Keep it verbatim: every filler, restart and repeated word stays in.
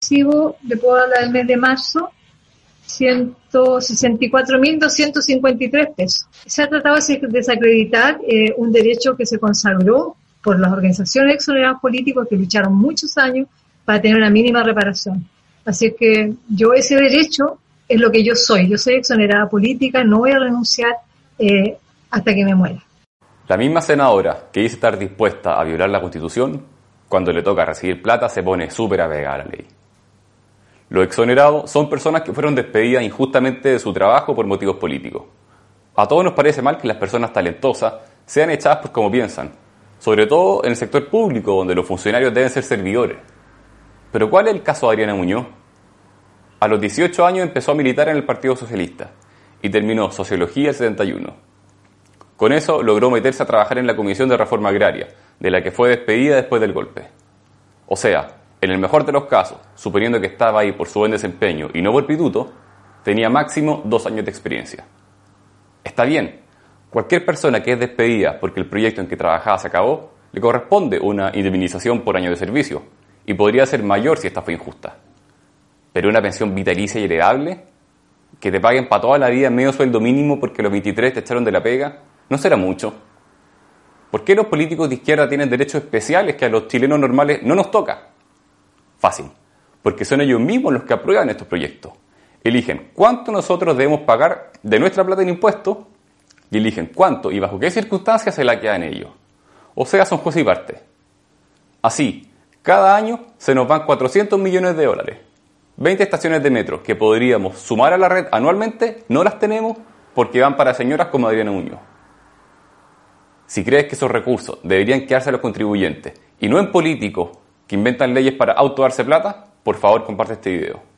recibo, le puedo hablar del mes de marzo, ciento sesenta y cuatro mil doscientos cincuenta y tres pesos. Se ha tratado de desacreditar eh, un derecho que se consagró por las organizaciones de exonerados políticos que lucharon muchos años para tener una mínima reparación. Así que yo ese derecho es lo que yo soy. Yo soy exonerada política, no voy a renunciar eh, hasta que me muera. La misma senadora que dice estar dispuesta a violar la Constitución, cuando le toca recibir plata se pone súper apegada a la ley. Los exonerados son personas que fueron despedidas injustamente de su trabajo por motivos políticos. A todos nos parece mal que las personas talentosas sean echadas por como piensan, sobre todo en el sector público, donde los funcionarios deben ser servidores. Pero ¿cuál es el caso de Adriana Muñoz? A los dieciocho años empezó a militar en el Partido Socialista y terminó Sociología el setenta y uno. Con eso logró meterse a trabajar en la Comisión de Reforma Agraria, de la que fue despedida después del golpe. O sea, en el mejor de los casos, suponiendo que estaba ahí por su buen desempeño y no por pituto, tenía máximo dos años de experiencia. Está bien, cualquier persona que es despedida porque el proyecto en que trabajaba se acabó, le corresponde una indemnización por año de servicio, y podría ser mayor si esta fue injusta. Pero una pensión vitalicia y heredable, que te paguen para toda la vida medio sueldo mínimo porque los veintitrés te echaron de la pega, no será mucho. ¿Por qué los políticos de izquierda tienen derechos especiales que a los chilenos normales no nos toca? Fácil, porque son ellos mismos los que aprueban estos proyectos. Eligen cuánto nosotros debemos pagar de nuestra plata en impuestos y eligen cuánto y bajo qué circunstancias se la quedan ellos. O sea, son juez y parte. Así, cada año se nos van cuatrocientos millones de dólares. veinte estaciones de metro que podríamos sumar a la red anualmente, no las tenemos porque van para señoras como Adriana Muñoz. Si crees que esos recursos deberían quedarse a los contribuyentes y no en políticos que inventan leyes para autodarse plata, por favor comparte este video.